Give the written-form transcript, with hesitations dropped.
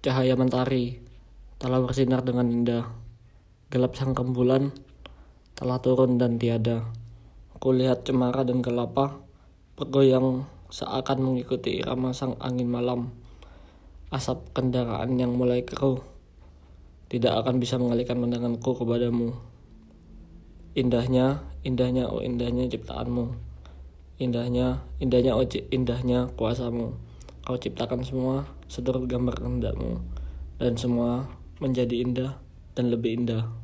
Cahaya mentari telah bersinar dengan indah. Gelap sang rembulan telah turun dan tiada. Kulihat cemara dan kelapa bergoyang seakan mengikuti irama sang angin malam. Asap kendaraan yang mulai keruh tidak akan bisa mengalihkan pandanganku kepadamu. Indahnya, indahnya, oh indahnya ciptaanmu. Indahnya, indahnya, oh indahnya kuasamu. Kau ciptakan semua seturut gambar kehendakmu, dan semua menjadi indah dan lebih indah.